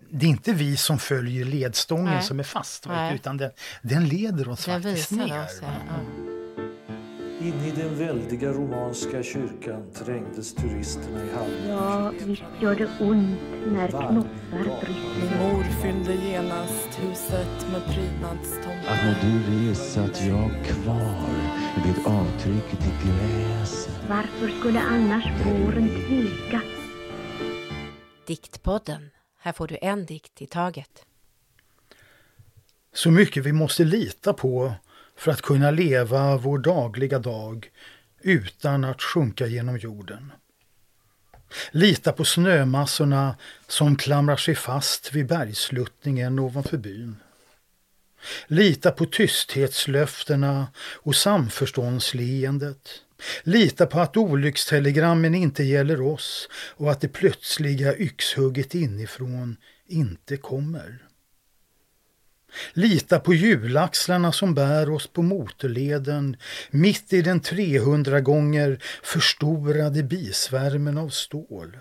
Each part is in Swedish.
det är inte vi som följer ledstången som är fast, utan den leder oss faktiskt ner. In i den väldiga romanska kyrkan trängdes turisterna i hallen. Ja, visst gör det ont när knoppar bryter. Mor fyllde genast huset med prydnadstomtar. Att när du resat jag kvar vid avtrycket i gräset. Varför skulle annars våren tveka? Diktpodden. Här får du en dikt i taget. Så mycket vi måste lita på för att kunna leva vår dagliga dag utan att sjunka genom jorden. Lita på snömassorna som klamrar sig fast vid bergsluttningen ovanför byn. Lita på tysthetslöftena och samförståndsleendet. Lita på att olyckstelegrammen inte gäller oss och att det plötsliga yxhugget inifrån inte kommer. Lita på hjulaxlarna som bär oss på motorleden mitt i den 300 gånger förstorade bisvärmen av stål.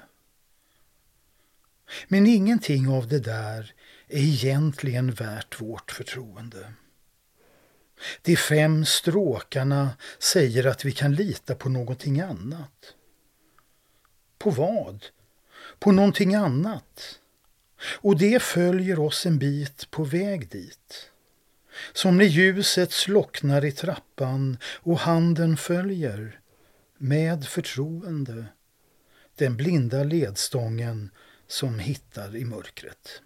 Men ingenting av det där är egentligen värt vårt förtroende. De 5 stråkarna säger att vi kan lita på någonting annat. På vad? På någonting annat. Och det följer oss en bit på väg dit. Som när ljuset slocknar i trappan och handen följer med förtroende den blinda ledstången som hittar i mörkret.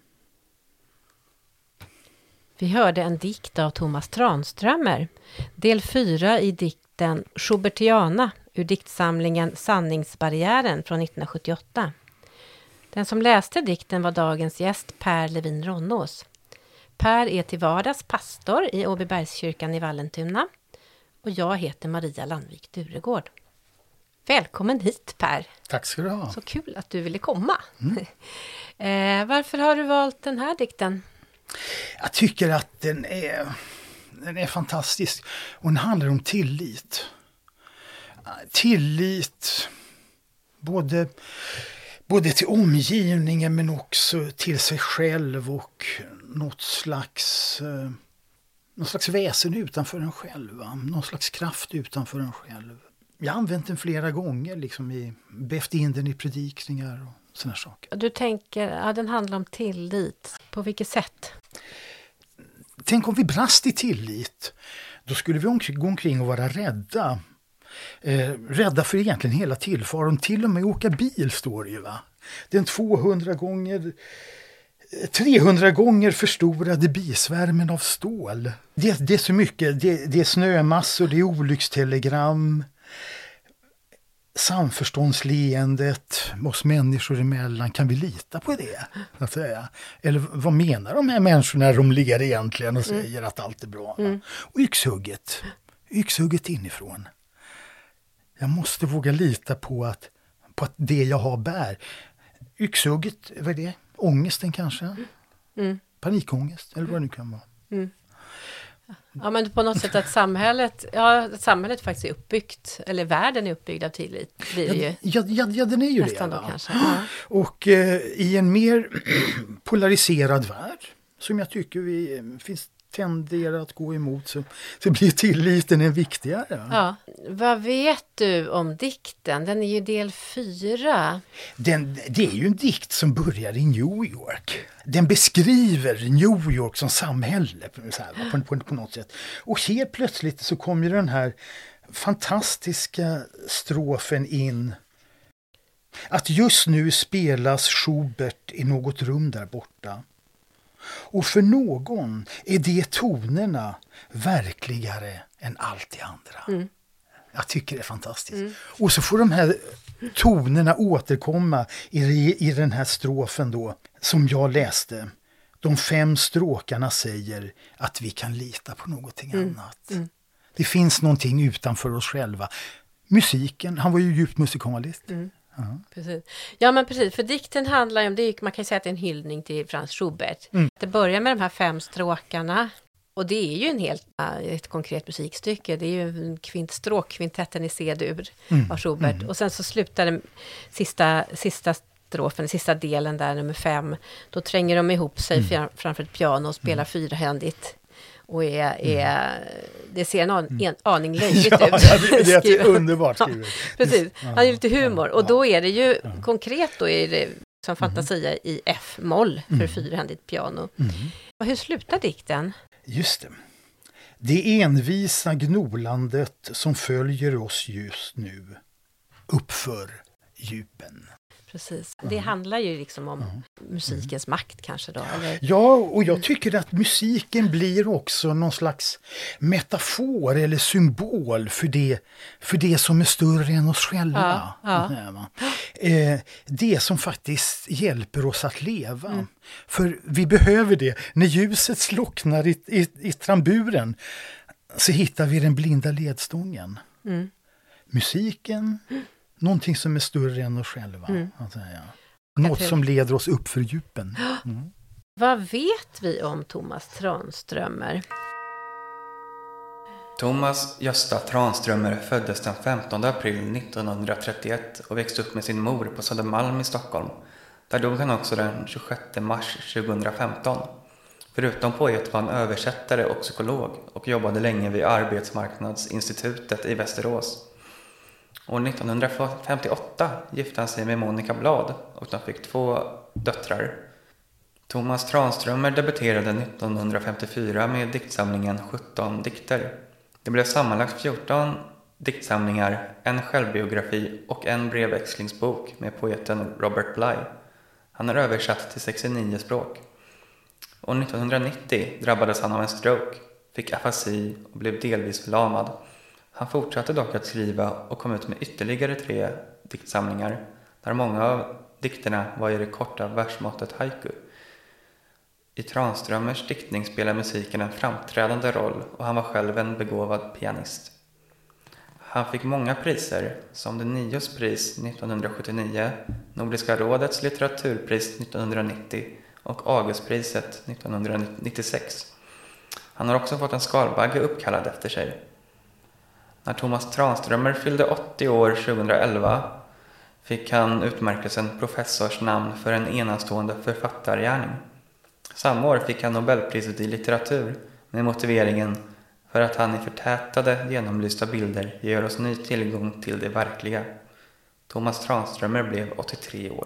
Vi hörde en dikt av Thomas Tranströmer, del 4 i dikten Schubertiana ur diktsamlingen Sanningsbarriären från 1978. Den som läste dikten var dagens gäst Per Levin Ronnås. Per är till vardags pastor i Åbybergskyrkan i Vallentuna och jag heter Maria Landvik Duregård. Välkommen hit Per. Tack ska du ha. Så kul att du ville komma. Varför har du valt den här dikten? Jag tycker att den är fantastisk och den handlar om tillit. Tillit både till omgivningen men också till sig själv och något slags väsen utanför en själv. Någon slags kraft utanför en själv. Jag har använt den flera gånger, liksom bäft in den i predikningar och sådana saker. Du tänker, den handlar om tillit. På vilket sätt? Tänk om vi brast i tillit. Då skulle vi gå omkring och vara rädda. Rädda för egentligen hela tillvaron. Till och med åka bil står det ju, va? Den 300 gånger förstorade bisvärmen av stål. Det är så mycket. Det är snömassor, det är olyckstelegram. Samförståndsleendet oss människor emellan, kan vi lita på det? Så att säga. Eller vad menar de här människorna när de ligger egentligen och säger att allt är bra? Och yxhugget inifrån. Jag måste våga lita på att det jag har bär. Yxhugget, vad är det? Ångesten kanske? Panikångest, eller vad det nu kan vara. Ja, men på något sätt att samhället faktiskt är uppbyggt, eller världen är uppbyggd av tillit. Blir det ju. Ja, den är ju nästan det. Då, kanske. Ja. Och i en mer polariserad värld, som jag tycker vi tenderar att gå emot, så blir tilliten en viktigare. Ja. Vad vet du om dikten? Den är ju del 4. Det är ju en dikt som börjar i New York. Den beskriver New York som samhälle på något sätt. Och helt plötsligt så kommer den här fantastiska strofen in. Att just nu spelas Schubert i något rum där borta. Och för någon är de tonerna verkligare än allt det andra. Jag tycker det är fantastiskt. Och så får de här tonerna återkomma i den här strofen då, som jag läste. De 5 stråkarna säger att vi kan lita på någonting annat. Det finns någonting utanför oss själva. Musiken, han var ju djupt musikalisk. Precis. Ja, men precis, för dikten handlar ju om, man kan säga att det är en hyllning till Franz Schubert. Det börjar med de här 5 stråkarna och det är ju ett konkret musikstycke. Det är ju en stråkkvintetten i C-dur av Schubert. Och sen så slutar den sista strofen, sista delen där, nummer 5. Då tränger de ihop sig framför ett piano och spelar fyrhändigt. Och det ser en aning löjligt ut. Det är underbart skrivet. Precis, han är lite humor. Och då är det ju, konkret då är det som fantasia i F-moll för fyrhändigt piano. Och hur slutar dikten? Just det. Det envisa gnolandet som följer oss just nu uppför djupen. Precis. Det handlar ju liksom om musikens makt kanske då. Eller? Ja, och jag tycker att musiken blir också någon slags metafor eller symbol för det som är större än oss själva. Det som faktiskt hjälper oss att leva. För vi behöver det. När ljuset slocknar i tamburen så hittar vi den blinda ledstången. Musiken, någonting som är större än oss själva. Något som leder oss upp för djupen. Vad vet vi om Thomas Tranströmer? Thomas Gösta Tranströmer föddes den 15 april 1931 och växte upp med sin mor på Södermalm i Stockholm. Där dog han också den 26 mars 2015. Förutom poet var han översättare och psykolog och jobbade länge vid Arbetsmarknadsinstitutet i Västerås. År 1958 gifte han sig med Monica Blad och de fick 2 döttrar. Thomas Tranströmer debuterade 1954 med diktsamlingen 17 dikter. Det blev sammanlagt 14 diktsamlingar, en självbiografi och en brevväxlingsbok med poeten Robert Bly. Han är översatt till 69 språk. År 1990 drabbades han av en stroke, fick afasi och blev delvis förlamad. Han fortsatte dock att skriva och kom ut med ytterligare 3 diktsamlingar, där många av dikterna var i det korta versmåttet haiku. I Tranströmers diktning spelar musiken en framträdande roll och han var själv en begåvad pianist. Han fick många priser, som det Nios pris 1979, Nordiska rådets litteraturpris 1990 och Augustpriset 1996. Han har också fått en skalbagge uppkallad efter sig. När Thomas Tranströmer fyllde 80 år 2011 fick han utmärkelsen professorsnamn för en enastående författargärning. Samma år fick han Nobelpriset i litteratur med motiveringen för att han i förtätade, genomlysta bilder ger oss ny tillgång till det verkliga. Thomas Tranströmer blev 83 år.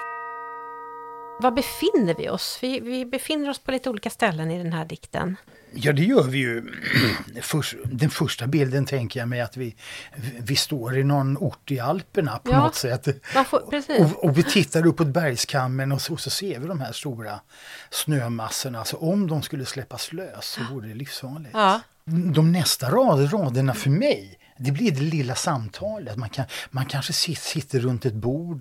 Var befinner vi oss? Vi befinner oss på lite olika ställen i den här dikten. Ja, det gör vi ju. Den första bilden tänker jag mig att vi står i någon ort i Alperna på något sätt. Och vi tittar upp på bergskammen och så ser vi de här stora snömassorna. Alltså om de skulle släppas lös så vore det livsfarligt. Ja. De nästa raderna för mig, det blir det lilla samtalet. Man kanske sitter runt ett bord.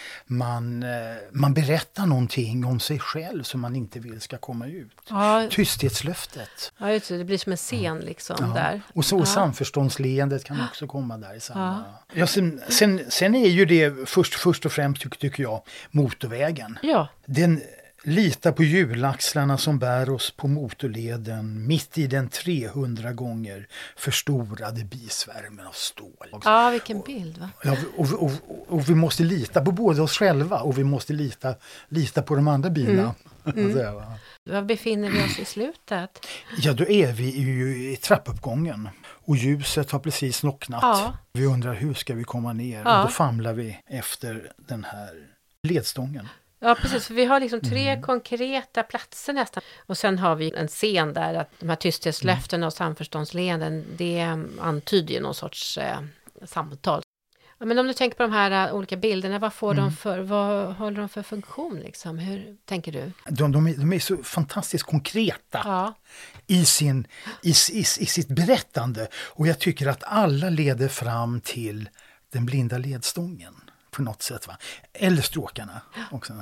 Man berättar någonting om sig själv som man inte vill ska komma ut. Ja. Tysthetslöftet. Ja, det blir som en scen liksom där. Och så samförståndsleendet kan också komma där i samma. Ja, sen är ju det först och främst tycker jag motorvägen. Ja. Den lita på hjulaxlarna som bär oss på motorleden mitt i den 300 gånger förstorade bisvärmen av stål. Ja, vilken bild va? Ja, och vi måste lita på både oss själva och vi måste lita på de andra bilarna. Var befinner vi oss i slutet? Ja, då är vi ju i trappuppgången och ljuset har precis slocknat. Ja. Vi undrar hur ska vi komma ner och då famlar vi efter den här ledstången. Ja, precis. För vi har liksom 3 konkreta platser nästan. Och sen har vi en scen där att de här tysthetslöften och samförståndsleenden, det antyder ju någon sorts samtal. Ja, men om du tänker på de här olika bilderna, vad håller de för funktion liksom? Hur tänker du? De är så fantastiskt konkreta i sitt berättande. Och jag tycker att alla leder fram till den blinda ledstången. På något sätt va. Eller stråkarna också.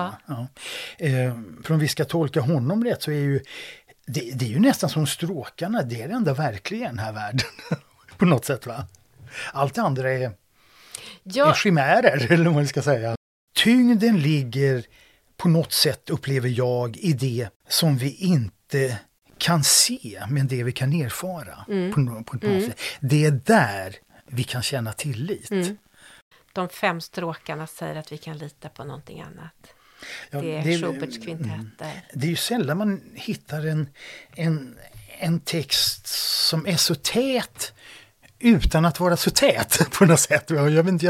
För om vi ska tolka honom rätt så är ju det är ju nästan som stråkarna, det är det enda verkliga i den här världen. På något sätt va. Allt det andra är chimärer eller vad man ska säga. Tyngden ligger på något sätt upplever jag i det som vi inte kan se men det vi kan erfara på något sätt. Det är där vi kan känna tillit. De 5 stråkarna säger att vi kan lita på någonting annat. Ja, det är Schuberts kvintetter. Det är ju sällan man hittar en text som är så tät utan att vara så tät på något sätt. Jag vet inte,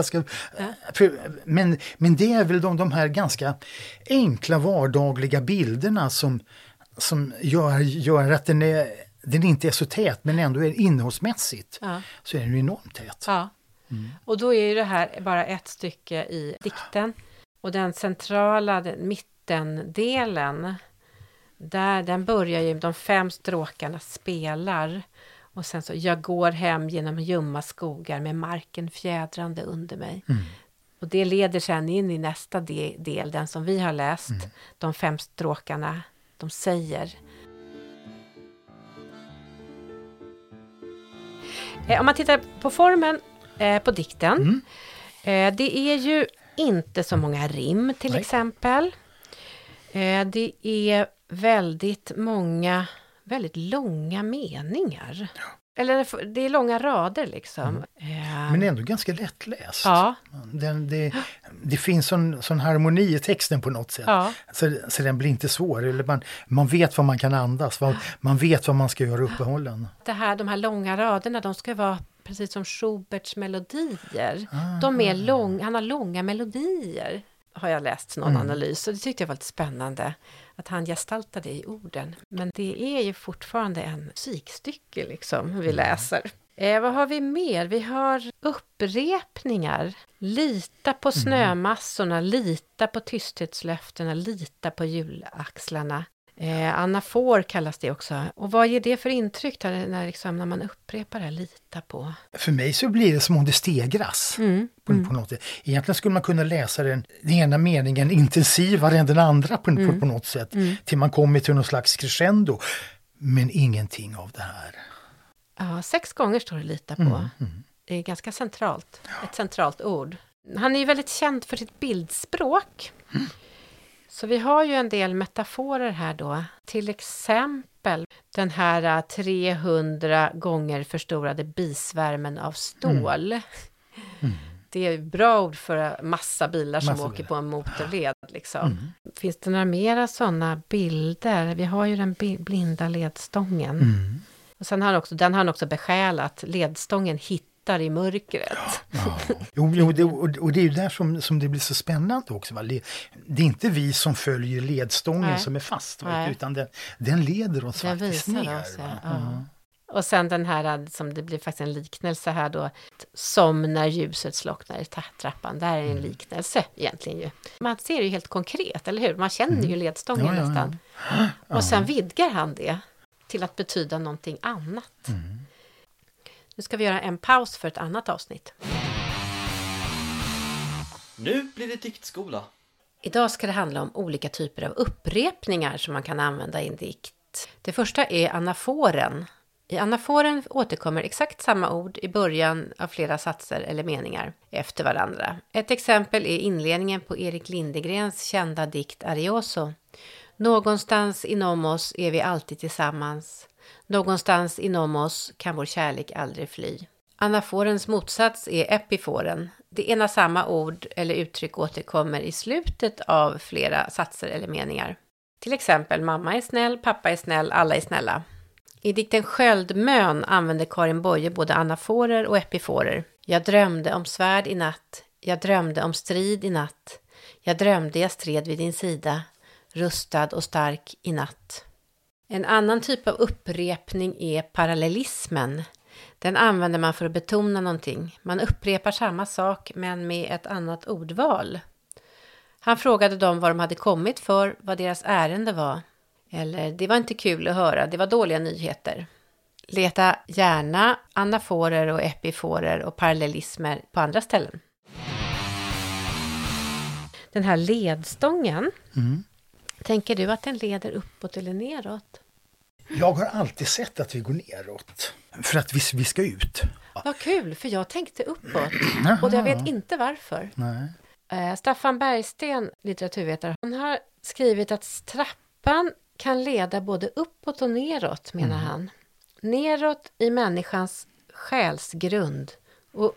men det är väl de här ganska enkla vardagliga bilderna som gör att den inte är så tät, men ändå är innehållsmässigt så är den ju enormt tät. Ja. Och då är ju det här bara ett stycke i dikten. Och den centrala mittendelen, den börjar ju, de 5 stråkarna spelar. Och sen så, jag går hem genom ljumma skogar med marken fjädrande under mig. Och det leder sen in i nästa del, den som vi har läst. De 5 stråkarna, de säger. Om man tittar på formen på dikten. Det är ju inte så många rim till exempel. Det är väldigt många, väldigt långa meningar. Eller det är långa rader liksom. Men ändå ganska lättläst. Ja. Det finns sån harmoni i texten på något sätt. Ja. Så den blir inte svår. Eller man vet vad man kan andas. Man vet vad man ska göra uppehållen. De här långa raderna, de ska vara precis som Schuberts melodier. Han har långa melodier. Har jag läst någon analys. Och det tyckte jag var lite spännande. Att han gestaltade i orden. Men det är ju fortfarande en musikstycke liksom vi läser. Vad har vi mer? Vi har upprepningar. Lita på snömassorna. Lita på tysthetslöftena. Lita på julaxlarna. Anafor kallas det också. Och vad ger det för intryck när man upprepar det? Lita på. För mig så blir det som om det stegras på något sätt. Egentligen skulle man kunna läsa den ena meningen intensivare än den andra på något sätt. Till man kommer till någon slags crescendo. Men ingenting av det här. Ja, 6 gånger står det lita på. Det är ganska centralt. Ett centralt ord. Han är ju väldigt känd för sitt bildspråk. Så vi har ju en del metaforer här då. Till exempel den här 300 gånger förstorade bisvärmen av stål. Det är bra ord för massa bilar som åker på en motorled. Liksom. Finns det några mera sådana bilder? Vi har ju den blinda ledstången. Och sen har han också besjälat. Ledstången hittar i mörkret. Ja. Jo, det är ju där som det blir så spännande också. Va? Det är inte vi som följer ledstången som är fast. Utan den leder oss faktiskt ner. Oss, Och sen den här, som det blir faktiskt en liknelse här då. Som när ljuset slocknar i trappan. Det här är en liknelse egentligen ju. Man ser ju helt konkret, eller hur? Man känner ju ledstången nästan. Och sen vidgar han det till att betyda någonting annat. Nu ska vi göra en paus för ett annat avsnitt. Nu blir det diktskola. Idag ska det handla om olika typer av upprepningar som man kan använda i en dikt. Det första är anaforen. I anaforen återkommer exakt samma ord i början av flera satser eller meningar efter varandra. Ett exempel är inledningen på Erik Lindegrens kända dikt Arioso. Någonstans inom oss är vi alltid tillsammans. Någonstans inom oss kan vår kärlek aldrig fly. Anaforens motsats är epiforen. Det ena samma ord eller uttryck återkommer i slutet av flera satser eller meningar. Till exempel, mamma är snäll, pappa är snäll, alla är snälla. I dikten Sköldmön använder Karin Boye både anaforer och epiforer. Jag drömde om svärd i natt. Jag drömde om strid i natt. Jag drömde jag stred vid din sida. Rustad och stark i natt. En annan typ av upprepning är parallellismen. Den använder man för att betona någonting. Man upprepar samma sak men med ett annat ordval. Han frågade dem vad de hade kommit för, vad deras ärende var. Eller, det var inte kul att höra, det var dåliga nyheter. Leta gärna anaforer och epiforer och parallellismer på andra ställen. Den här ledstången, tänker du att den leder uppåt eller neråt? Jag har alltid sett att vi går neråt. För att vi ska ut. Vad kul, för jag tänkte uppåt. Och jag vet inte varför. Nej. Staffan Bergsten, litteraturvetare, han har skrivit att trappan kan leda både uppåt och neråt, menar han. Neråt i människans själsgrund och uppåt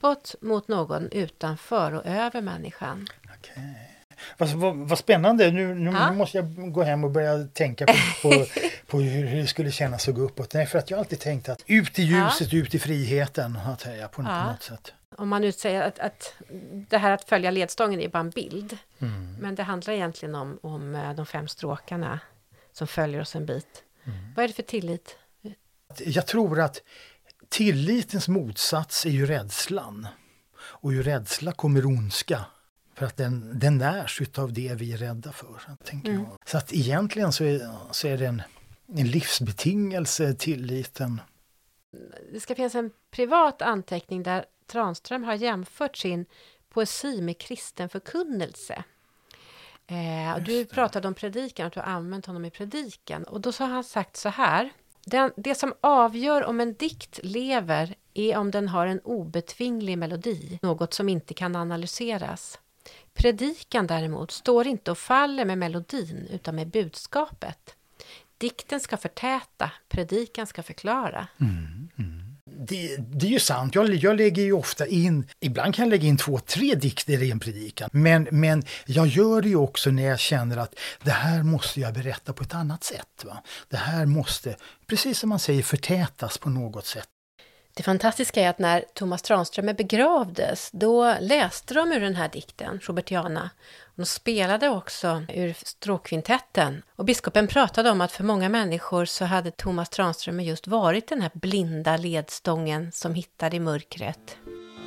uppåt mot någon utanför och över människan. Okej. Vad spännande. Nu måste jag gå hem och börja tänka på hur det skulle kännas att gå uppåt. Nej, för att jag alltid tänkt att ut i ljuset, ut i friheten, att jag på något sätt. Om man nu säger att det här att följa ledstången är bara en bild. Men det handlar egentligen om de 5 stråkarna som följer oss en bit. Vad är det för tillit? Jag tror att tillitens motsats är ju rädslan. Och ur rädsla kommer ondska. För att den närs av det vi är rädda för, tänker jag. Så att egentligen så är det en livsbetingelse, tilliten. Det ska finnas en privat anteckning där Tranström har jämfört sin poesi med kristen förkunnelse. Du pratade om predikan, att du har använt honom i predikan. Och då så har han sagt så här. Det som avgör om en dikt lever är om den har en obetvinglig melodi. Något som inte kan analyseras. Predikan däremot står inte och faller med melodin utan med budskapet. Dikten ska förtäta, predikan ska förklara. Det är ju sant. Jag lägger ju ofta in, ibland kan jag lägga in 2-3 dikter i en predikan. Men jag gör det ju också när jag känner att det här måste jag berätta på ett annat sätt. Va? Det här måste, precis som man säger, förtätas på något sätt. Det fantastiska är att när Thomas Tranströmer begravdes, då läste de ur den här dikten, Schubertiana. De spelade också ur stråkkvintetten. Och biskopen pratade om att för många människor så hade Thomas Tranströmer just varit den här blinda ledstången som hittade i mörkret.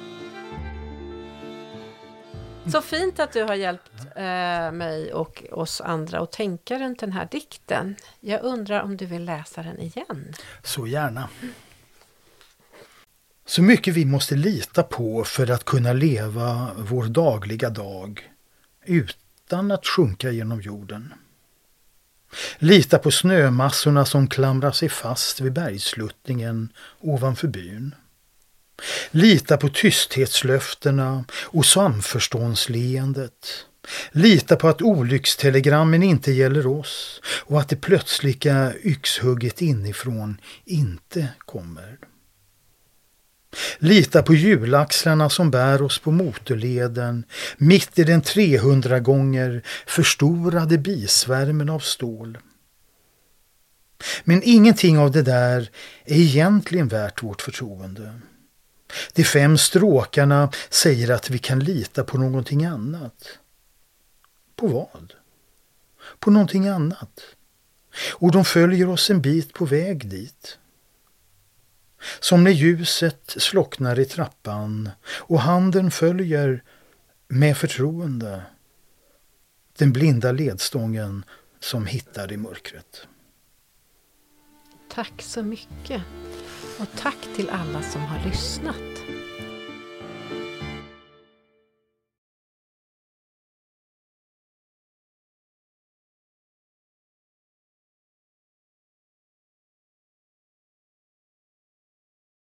Så fint att du har hjälpt mig och oss andra att tänka runt den här dikten. Jag undrar om du vill läsa den igen. Så gärna. Så mycket vi måste lita på för att kunna leva vår dagliga dag utan att sjunka genom jorden. Lita på snömassorna som klamrar sig fast vid bergsluttningen ovanför byn. Lita på tysthetslöftena och samförståndsleendet. Lita på att olyckstelegrammen inte gäller oss och att det plötsliga yxhugget inifrån inte kommer. Lita på hjulaxlarna som bär oss på motorleden mitt i den 300 gånger förstorade bisvärmen av stål. Men ingenting av det där är egentligen värt vårt förtroende. De 5 stråkarna säger att vi kan lita på någonting annat. På vad? På någonting annat. Och de följer oss en bit på väg dit. Som när ljuset slocknar i trappan och handen följer med förtroende den blinda ledstången som hittar i mörkret. Tack så mycket. Och tack till alla som har lyssnat.